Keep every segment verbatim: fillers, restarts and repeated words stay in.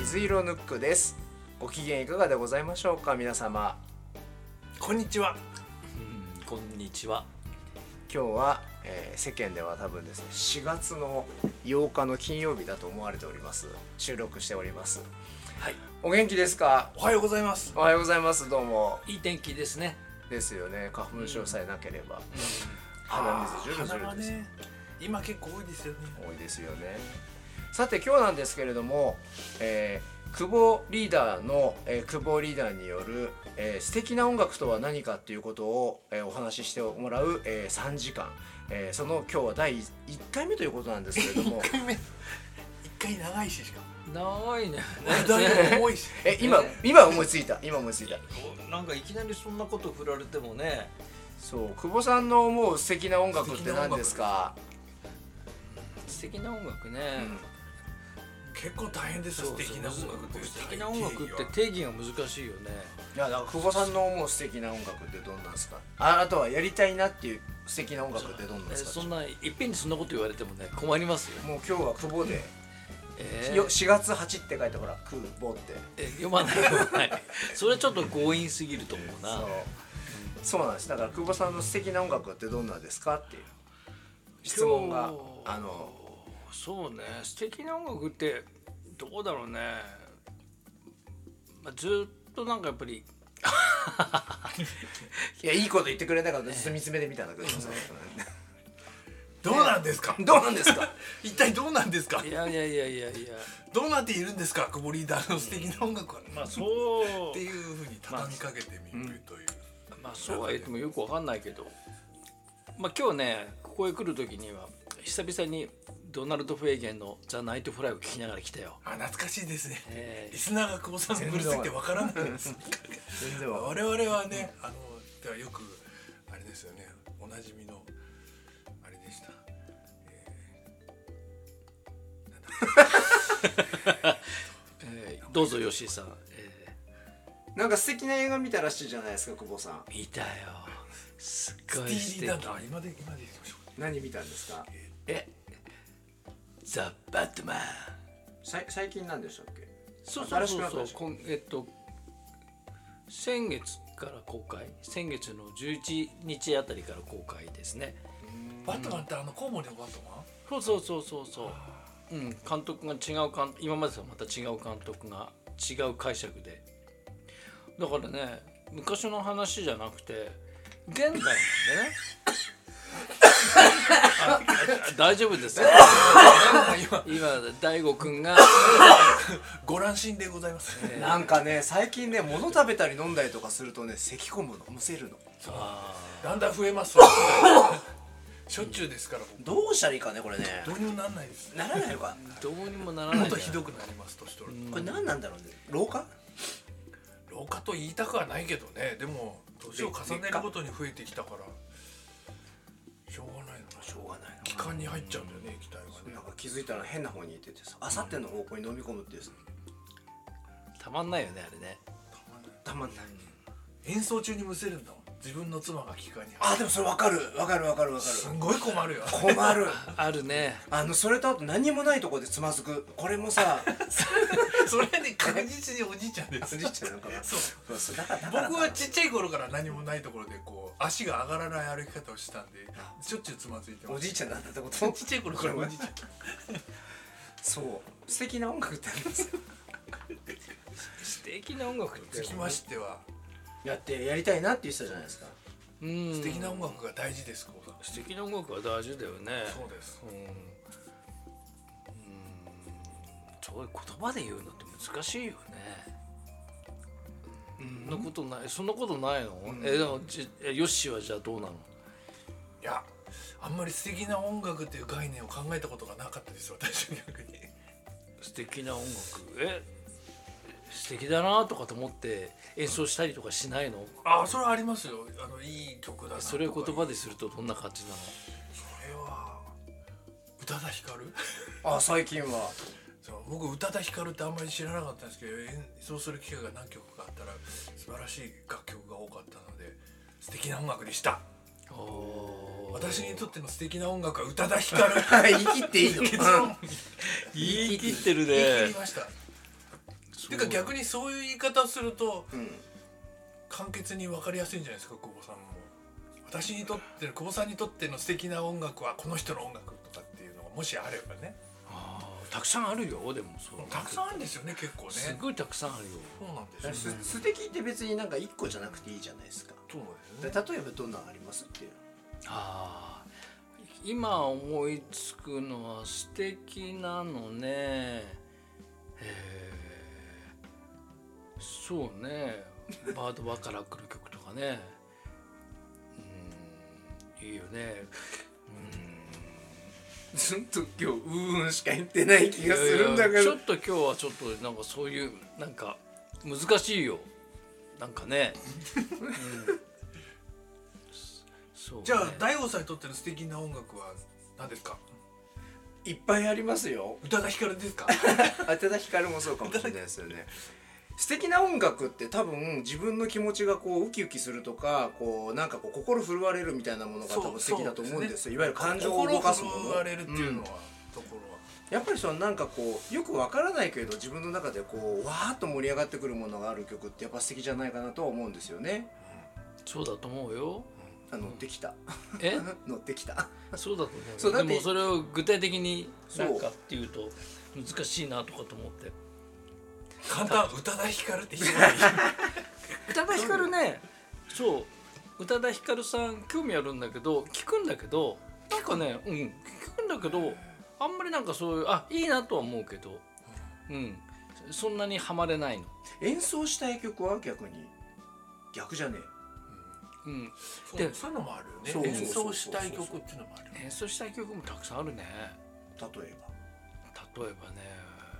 水色ヌックです。ご機嫌いかがでございましょうか皆様。 こんにちは。 うん、こんにちは。 今日は、えー、世間では多分ですねしがつのようかの金曜日だと思われております。収録しております。 はい。 お元気ですか？ おはようございます。 おはようございます。どうも。 いい天気ですね。 ですよね。花粉症さえなければ、うん、 鼻水ジュルジュルです。 ね、今結構多いですよね。 多いですよね。さて今日なんですけれども、えー、久保リーダーの、えー、久保リーダーによる、えー、素敵な音楽とは何かっていうことを、えー、お話ししてもらう、えー、さんじかん、えー、その今日はだいいっかいめということなんですけれどもいっかいめいっかい長いししか長いね。 だいぶ重いしえ今今思いついた今思いついたなんかいきなりそんなこと振られてもね。 そう久保さんの思う素敵な音楽って何ですか？ 素敵な音楽ね、 うん、結構大変ですよ。素敵な音楽って素敵な音楽って定義が難しいよね。 いやだから久保さんの思う素敵な音楽ってどんなんですか？ あ, あとはやりたいなっていう素敵な音楽ってどんなんですか？ そんないっぺんにそんなこと言われてもね困りますよ。 もう今日は久保で、 えー、 よしがつはちって書いてほら久保ってえ読まない読まないそれちょっと強引すぎると思うな。 そう、そうなんです。だから久保さんの素敵な音楽ってどんなんですかっていう質問があのそうね素敵な音楽ってどうだろうね、まあ、ずっとなんかやっぱりいやいいこと言ってくれなかった。ずっと見つめてみたんだけどどうなんですか？ どうなんですか？ 一体どうなんですか？ いやいやいやいやいやどうなっているんですか？久保リーダーの素敵な音楽は、 まあそうっていうふうに畳みかけてみるという、 まあそうは言ってもよくわかんないけど、まあ今日ねここへ来る時には久々にドナルド・フェーゲンのザ・ナイト・フライを聞きながら来たよ。 あ懐かしいですね、 えー、 リスナーが久保さんのブルースってわからないです全然我々はねあのではよくあれですよねおなじみのあれでした、 えーえー、どうぞ吉井さん、えー、なんか素敵な映画見たらしいじゃないですか久保さん。 見たよすっごい素敵素敵。 今で今でいきましょう。 何見たんですか？ えザ・バットマン。 さ最近なんでしたっけ？ そうそうそうそうこんえっと先月から公開、先月のじゅういちにちあたりから公開ですね。 バットマンってあのコウモリのバットマン？そうそうそうそうそう、うん、監督が違う監今までとはまた違う監督が違う解釈で、だからね昔の話じゃなくて現代なんでね大丈夫ですよ今大悟くんがご乱心でございます、 えー、なんかね最近ね物食べたり飲んだりとかするとね咳込むのむせるの。 あだんだん増えますしょっちゅうですから。 どうしたらいいかねこれね。 どうにもならないです、 ね、ならないのかどうにもならない。 もっとひどくなります年取ると。 これ何なんだろうね。老化老化と言いたくはないけどね。でも年を重ねるごとに増えてきたからしょうがないのか。 しょうがないな。 気管に入っちゃうんだよね液体がね。 なんか気づいたら変な方に行っててさあさっての方向に飲み込むっていうさたまんないよねあれね。 たまんない。 演奏中にむせるんだもん自分の妻が気管に入る。 あでもそれ分かる分かる分かる分かる。 すんごい困るよ。 困るあるね。 あのそれとあと何もないところでつまずくこれもさそれね確実におじいちゃんです。 おじいちゃんなんかな。 そうそうそうだからだから僕はちっちゃい頃から何もないところでこう足が上がらない歩き方をしたんでしょっちゅうつまずいてます。 おじいちゃんなんだってことちっちゃい頃からおじいちゃんそう素敵な音楽ってありますよ素敵な音楽ってつきましてはやってやりたいなって言ってたじゃないですか。 うん素敵な音楽が大事です。こう素敵な音楽は大事だよね。 そうです。 うん、うんそういう言葉で言うのって難しいよね。そんなことないそんなことないの、うん、えでもじヨッシーはじゃあどうなの？ いやあんまり素敵な音楽っていう概念を考えたことがなかったです私の逆に。 素敵な音楽え素敵だなとかと思って演奏したりとかしないの？ ああそれはありますよ。あのいい曲だな。 それを言葉でするとどんな感じなの？ それは宇多田ヒカルあ最近はそう僕宇多田ヒカルってあんまり知らなかったんですけど演奏する機会が何曲かあったら素晴らしい楽曲が多かったので素敵な音楽でした。私にとっての素敵な音楽は宇多田ヒカル言い切っていいの？ 言い切ってるね。 言い切りました。 てか逆にそういう言い方をすると、 うん、 簡潔に分かりやすいんじゃないですか。久保さんも私にとっての久保さんにとっての素敵な音楽はこの人の音楽とかっていうのがもしあればね。 あたくさんあるよ。でもそうたくさんあるんですよね結構ね。 すごいたくさんあるよ。 そうなんですよ、ね、 素敵って別になんか一個じゃなくていいじゃないですか。 そうなんですよね。 例えばどんなのありますっていう。 ああ今思いつくのは素敵なのね。へえそうねバードバから来る曲とかね。うんいいよね。 うんずっと今日うーんしか言ってない気がするんだけど、 ちょっと今日はちょっとなんかそういうなんか難しいよなんかね、うんそうね、 じゃあ大悟さんにとっての素敵な音楽は何ですか。 いっぱいありますよ。 宇多田ヒカルですか。 宇多田ヒカルもそうかもしれないですよね。素敵な音楽って多分自分の気持ちがこうウキウキするとかこうなんかこう心震われるみたいなものが多分素敵だと思うんですよ。いわゆる感情を動かすもの。 心震われるっていうのは、うん、ところはやっぱりそのなんかこうよくわからないけれど自分の中でこうわーっと盛り上がってくるものがある曲ってやっぱ素敵じゃないかなとは思うんですよね。 そうだと思うよ。 あ乗ってきた。 え乗ってきた。 そうだと思うよ。 そうだってでもそれを具体的になんかっていうと難しいなとかと思って。 簡単宇多田ヒカルって言えばいい。 宇多田ヒカルねそう宇多田ヒカルさん興味あるんだけど聞くんだけどなんかねうん聞くんだけどあんまりなんかそういうあいいなとは思うけどうんそんなにハマれないの。 演奏したい曲は逆に逆じゃねえ、うん、 そうでそういうのもあるよね。 そうそうそう演奏したい曲っていうのもある。 演奏したい曲もたくさんあるね。 例えば例えばね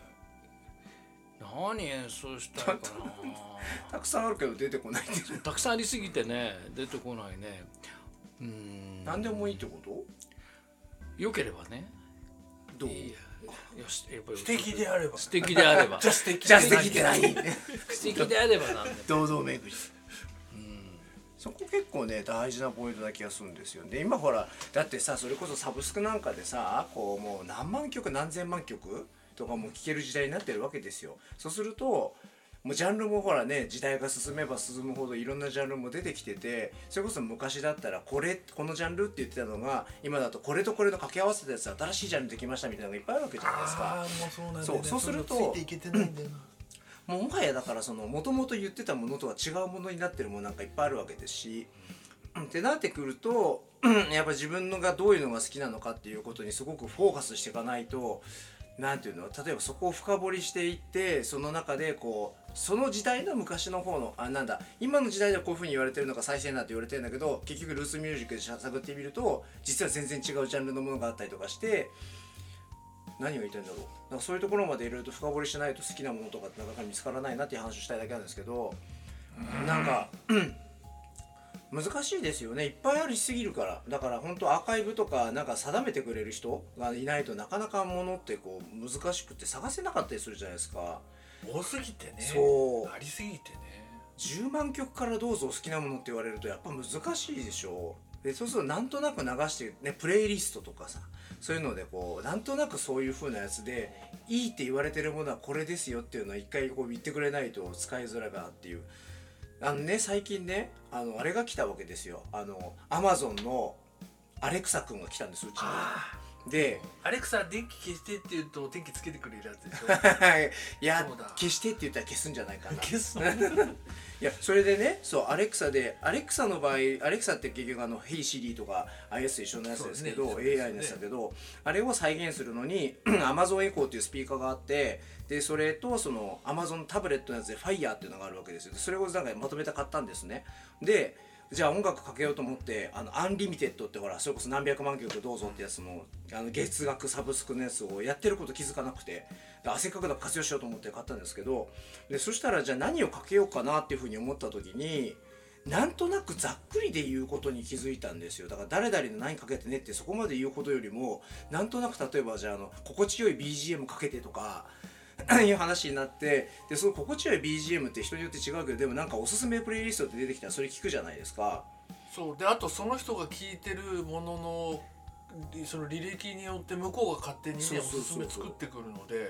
何演奏したいかなたくさんあるけど出てこないってたくさんありすぎてね出てこないね。うーん何でもいいってこと？ よければねどう？ いやよしやっぱり素敵であれば素敵であればじゃあ素敵じゃあ素敵でない素敵であればなんで堂々巡り。 うんそこ結構ね大事なポイントな気がするんですよね。今ほらだってさそれこそサブスクなんかでさこうもう何万曲何千万曲とかも聴ける時代になってるわけですよ。そうするともうジャンルもほらね時代が進めば進むほどいろんなジャンルも出てきててそれこそ昔だったらこれこのジャンルって言ってたのが今だとこれとこれの掛け合わせたやつ新しいジャンルできましたみたいなのがいっぱいあるわけじゃないですか。 ああもうそうなんだよね。 そうそうするとそれついていけてないんだよな。 もうもはやだからそのもともと言ってたものとは違うものになってるものなんかいっぱいあるわけですし、うん、ってなってくるとやっぱ自分のがどういうのが好きなのかっていうことにすごくフォーカスしていかないとなんていうの例えばそこを深掘りしていってその中でこうその時代の昔の方のあなんだ今の時代ではこういうふうに言われてるのが最先端って言われてるんだけど結局ルーツミュージックで探ってみると実は全然違うジャンルのものがあったりとかして何が言いたいんだろうなんかそういうところまでいろいろと深掘りしないと好きなものとかってなかなか見つからないなっていう話をしたいだけなんですけどなんか難しいですよねいっぱいありすぎるからだから本当アーカイブとかなんか定めてくれる人がいないとなかなかものってこう難しくて探せなかったりするじゃないですか。 多すぎてね。 そうありすぎてね。 じゅうまんきょくからどうぞ好きなものって言われるとやっぱ難しいでしょう。でそうするとなんとなく流してねプレイリストとかさそういうのでこうなんとなくそういう風なやつでいいって言われてるものはこれですよっていうのは一回こう言ってくれないと使いづらいかなっていうあのね最近ねあのあれが来たわけですよあのアマゾンのアレクサ君が来たんですうちに。でアレクサ電気消してって言うと電気つけてくれるやつでしょ。 いやそうだ消してって言ったら消すんじゃないかな消すのいやそれでねそうアレクサでアレクサの場合アレクサって結局あの Hey Siri とか iOS と一緒のやつですけど、ね、エーアイ のやつだけど、ね、あれを再現するのに Amazon Echo っていうスピーカーがあってでそれとその Amazon タブレットのやつで Fire っていうのがあるわけですよ。それをなんかまとめて買ったんですね。でじゃあ音楽かけようと思ってあのアンリミテッドってほらそれこそ何百万曲どうぞってやつのあの月額サブスクのやつをやってること気づかなくてせっかくだから活用しようと思って買ったんですけどでそしたらじゃあ何をかけようかなっていうふうに思った時になんとなくざっくりで言うことに気づいたんですよ。だから誰々の何かけてねってそこまで言うことよりもなんとなく例えばじゃああの心地よい ビージーエム かけてとかいう話になってでその心地よい ビージーエム って人によって違うけどでもなんかおすすめプレイリストって出てきたらそれ聞くじゃないですか。 そうであとその人が聞いてるもののその履歴によって向こうが勝手にねおすすめ作ってくるので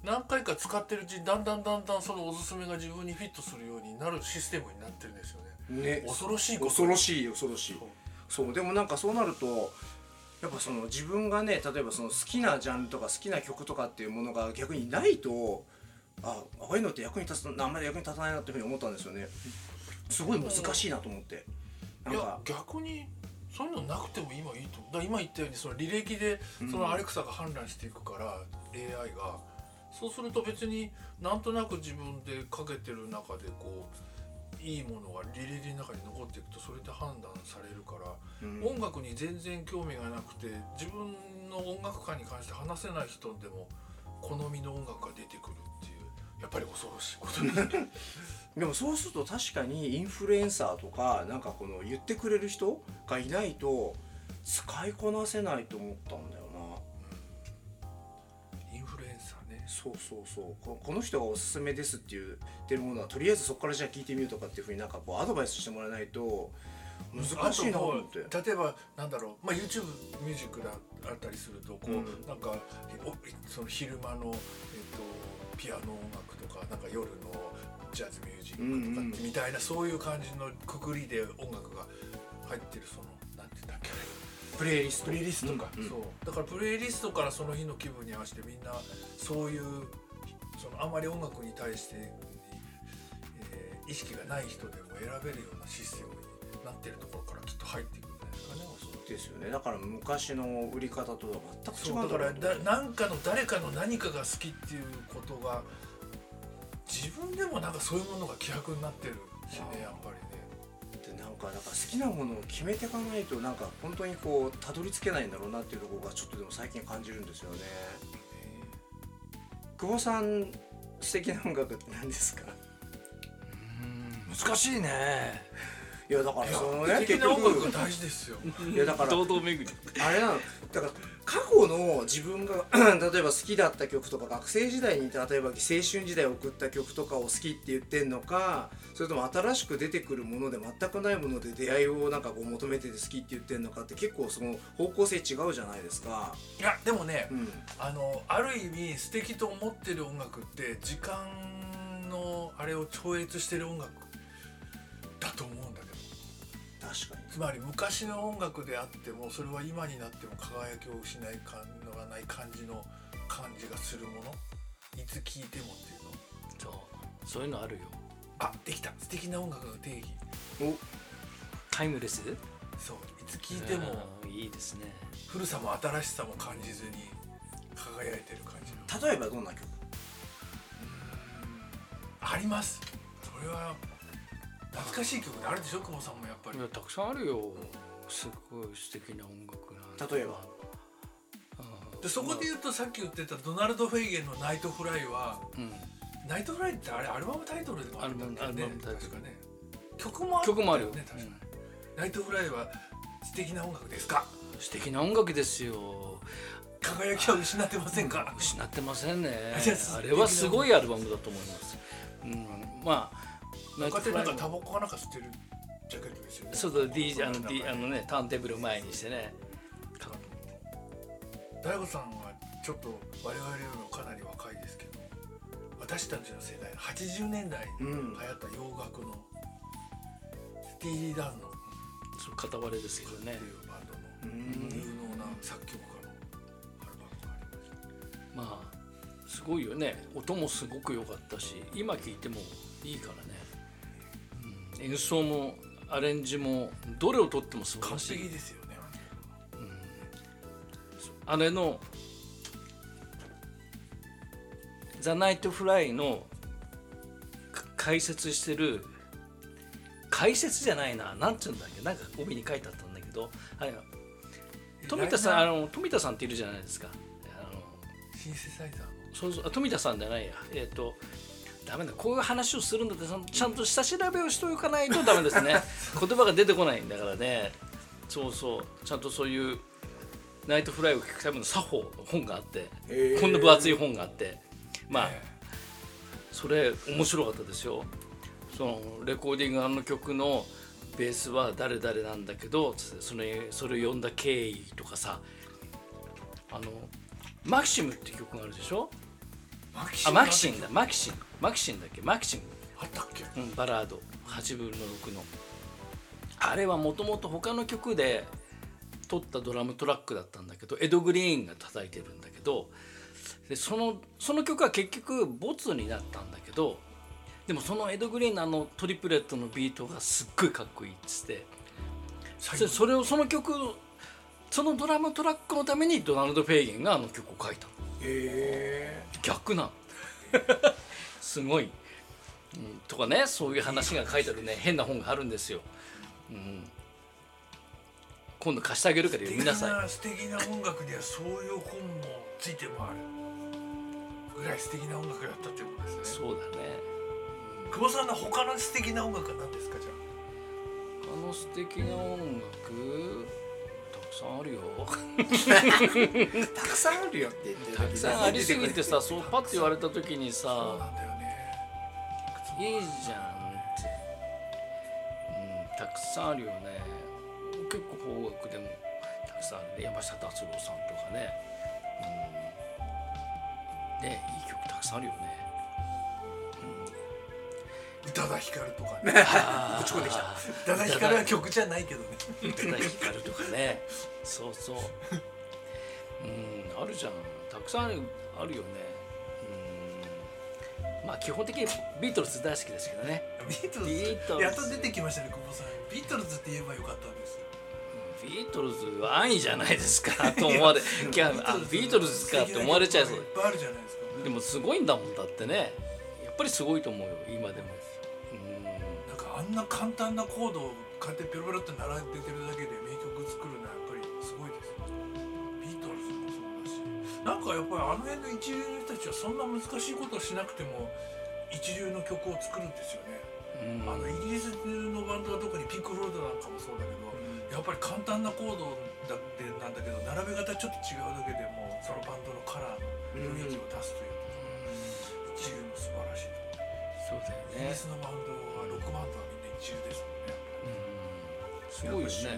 何回か使ってるうちにだんだんだんだんそのおすすめが自分にフィットするようになるシステムになってるんですよね。 ね、 恐ろしいこと。 恐ろしい恐ろしい。そうでもなんかそうなるとやっぱその自分がね例えばその好きなジャンルとか好きな曲とかっていうものが逆にないとあああいうのって役に立つあんまり役に立たないなっていうふうに思ったんですよね。すごい難しいなと思って。なんかいや逆にそういうのなくても今いいと思う。だから今言ったようにその履歴でそのアレクサが判断していくから、うん、エーアイ がそうすると別になんとなく自分でかけてる中でこういいものが履歴の中に残っていくとそれで判断されるから、うん、音楽に全然興味がなくて自分の音楽観に関して話せない人でも好みの音楽が出てくるっていうやっぱり恐ろしいことですね。 でもそうすると確かにインフルエンサーとかなんかこの言ってくれる人がいないと使いこなせないと思ったんだよな、 うん、インフルエンサーね。 そうそうそうこの人がおすすめですって言ってるものはとりあえずそこからじゃあ聞いてみようとかっていうふうになんかこうアドバイスしてもらわないと難しいなと思って。 例えばなんだろう、まあ、YouTube ミュージックだったりするとこう、うん、なんかその昼間の、えっと、ピアノ音楽とかなんか夜のジャズミュージックとかみたいな、うんうん、そういう感じのくくりで音楽が入ってるそのなんて言うんだっけプレイリストプレイリストか、 うんうん、 そうだからプレイリストからその日の気分に合わせてみんなそういうそのあまり音楽に対して、えー、意識がない人でも選べるようなシステムになってるところからきっと入っていくんじゃないですかね。 そうですよね。だから昔の売り方とは全く違う。 だからだなんかの誰かの何かが好きっていうことが自分でもなんかそういうものが希薄になってるしね、やっぱりね。 でなんかだから好きなものを決めていかないとなんか本当にこうたどり着けないんだろうなっていうところがちょっとでも最近感じるんですよね。久保さん素敵な音楽って何ですか？ うーん難しいね。 いやだからそのね素敵な音楽が大事ですよ。 いやだから堂々巡りあれなのだから過去の自分が例えば好きだった曲とか学生時代に例えば青春時代を送った曲とかを好きって言ってんのかそれとも新しく出てくるもので全くないもので出会いをなんかこう求めてて好きって言ってんのかって結構その方向性違うじゃないですか。 いやでもね、 うん、 あのある意味素敵と思ってる音楽って時間のあれを超越してる音楽だと思うんだけど。 確かに。 つまり昔の音楽であってもそれは今になっても輝きを失いかのがない感じの感じがするものいつ聴いてもっていうのそうそういうのあるよ。 あできた素敵な音楽の定義おタイムレスそういつ聴いてもいいですね。 古さも新しさも感じずに輝いてる感じの。 例えばどんな曲？ あります。それは懐かしい曲であるでしょ久保さんもやっぱり。 いやたくさんあるよ。すごい素敵な音楽なん例えばでそこで言うとさっき言ってたドナルド・フェイゲンのナイトフライは、うん、ナイトフライってあれアルバムタイトルでもあるんだっけね。確かね曲もある曲もあるよね。確かに、うん、ナイトフライは素敵な音楽ですか？ 素敵な音楽ですよ。 輝きは失ってませんか？ うん、失ってませんね。あれはすごいアルバムだと思います。うん、まあなんかなんかタバコかなんか吸ってるジャケットですよね。 そうだ D あの D あのねターンテーブル前にしてね。 大悟さんはちょっと我々よりもかなり若いですけど、私たちの世代はちじゅうねんだいに流行った洋楽のスティーリー・ダンのそう片割れですけどね。 っていうバンドの有能な作曲家のアルバムがありました。 まあすごいよね。音もすごく良かったし、今聴いてもいいからね。うん、演奏もアレンジもどれをとっても素晴らしい。 完璧ですよね。 あれのザ・ナイト・フライの解説してる解説じゃないな、なんていうんだっけ、なんか帯に書いてあったんだけど、はい、富田さんあの富田さんっているじゃないですか。あのシンセサイザーのそうそう富田さんじゃないや、えっ、ー、とダメだ、こういう話をするんだってちゃんと下調べをしておかないとダメですね。言葉が出てこないんだからね。そうそうちゃんとそういうナイトフライを聞くための作法の本があって、えー、こんな分厚い本があって、まあ、えー、それ面白かったですよ。そのレコーディングあの曲のベースは誰々なんだけど、それそれを読んだ経緯とかさ、あのマキシムっていう曲があるでしょ。 マキシあマキシンだマキシンマキシンだっけマキシン、 あったっけ、 うん、バラードはちぶんのろくのあれはもともと他の曲で撮ったドラムトラックだったんだけどエド・グリーンが叩いてるんだけどでそのその曲は結局ボツになったんだけどでもそのエド・グリーンのあのトリプレットのビートがすっごいかっこいいっつってそそれをその曲そのドラムトラックのためにドナルド・フェイゲンがあの曲を書いたの。 へ逆なんすごい、うん、とかねそういう話が書いてあるね変な本があるんですよ、うん、今度貸してあげるから読みなさい。 素敵な音楽にはそういう本もついてもあるぐらい素敵な音楽だったっていうことですね。 そうだね。 久保さんの他の素敵な音楽は何ですかじゃあの素敵な音楽たくさんあるよたくさんあるよって言ってるたくさんありすぎてさそうパッと言われた時にあ。そうさなんだよね。 いいじゃんって、うん、たくさんあるよね。結構邦楽でもたくさんあるね。山下達郎さんとかね、うん、ねいい曲たくさんあるよね。 宇多田ヒカルとかね。 あぶち込んできた。 宇多田ヒカルは曲じゃないけどね。 宇多田ヒカルとかねそうそう、うん、あるじゃんたくさんある、あるよね。うんまあ基本的にビートルズ大好きですけどね。 ビートルズビートルズやっと出てきましたね久保さん。ビートルズって言えばよかったんですよ。 ビートルズは安易じゃないですかと思われいやあビートルズかって思われちゃいそういっぱいあるじゃないですか。 でもすごいんだもんだってねやっぱりすごいと思うよ今でも。 なんかあんな簡単なコードをこうやってペロペロって並べてるだけで名曲作るのはやっぱりすごいです。ビートルズもそうだしなんかやっぱりあの辺の一流の人たちはそんな難しいことをしなくても一流の曲を作るんですよね。 うんあのイギリスのバンドは特にピンク・フロイドなんかもそうだけど、やっぱり簡単なコードだってなんだけど並べ方ちょっと違うだけでもそのバンドのカラーの雰囲気を出すというか、一流の素晴らしいところ。 そうだイギよね。 リスのバンドはロックバンドはみんな一流ですもんね。 うんすごいよね。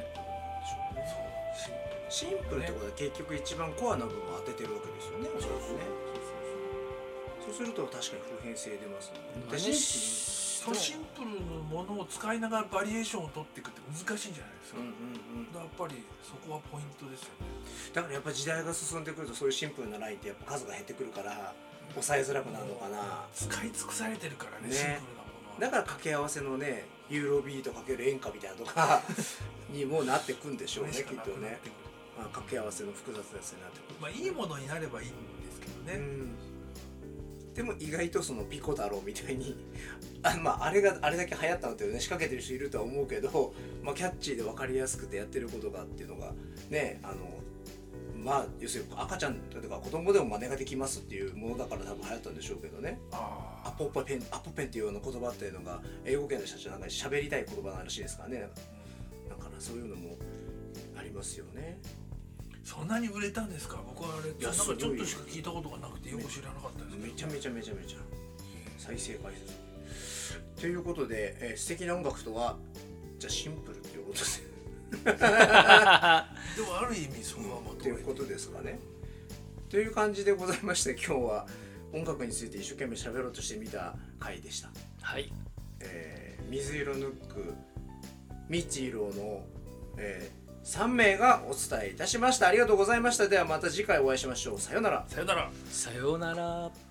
シンプルってことは結局一番コアな部分を当ててるわけですよね。おそらくね。そうすると確かに普遍性出ますね。でシンそのシンプルなものを使いながらバリエーションを取っていくって難しいんじゃないですか。 うんうんうん、 やっぱりそこはポイントですよね。 だからやっぱ時代が進んでくるとそういうシンプルなラインってやっぱ数が減ってくるから抑えづらくなるのかな。 使い尽くされてるからね、 ねシンプルなものは。 だから掛け合わせのねユーロビートかける演歌みたいなとかにもなってくんでしょうねきっとね。まあ、掛け合わせの複雑なやつになってくる。 まあいいものになればいいんですけどね。 うん、でも意外とそのピコ太郎みたいにあ、まあ、あれがあれだけ流行ったのってね仕掛けてる人いるとは思うけど、まあ、キャッチーで分かりやすくてやってることがっていうのがねあのまあ要するに赤ちゃんとか子供でも真似ができますっていうものだから多分流行ったんでしょうけどね。 あアポペンアポペンっていうような言葉っていうのが英語圏の人たちの中で喋りたい言葉らしいですからね。だからそういうのもありますよね。 そんなに売れたんですか。僕はあれいやなんかちょっとしか聞いたことがなくてよく知らなかったんですけど。 めちゃめちゃめちゃめちゃ再生回数ということで、えー、素敵な音楽とはじゃあシンプルっていうことですでもある意味そこはまということですかね。という感じでございまして今日は音楽について一生懸命喋ろうとしてみた回でした。 はい、 えー、水色ヌックミッチーローの、えーさん名がお伝えいたしました。ありがとうございました。ではまた次回お会いしましょう。さようなら。 さよなら。 さようなら。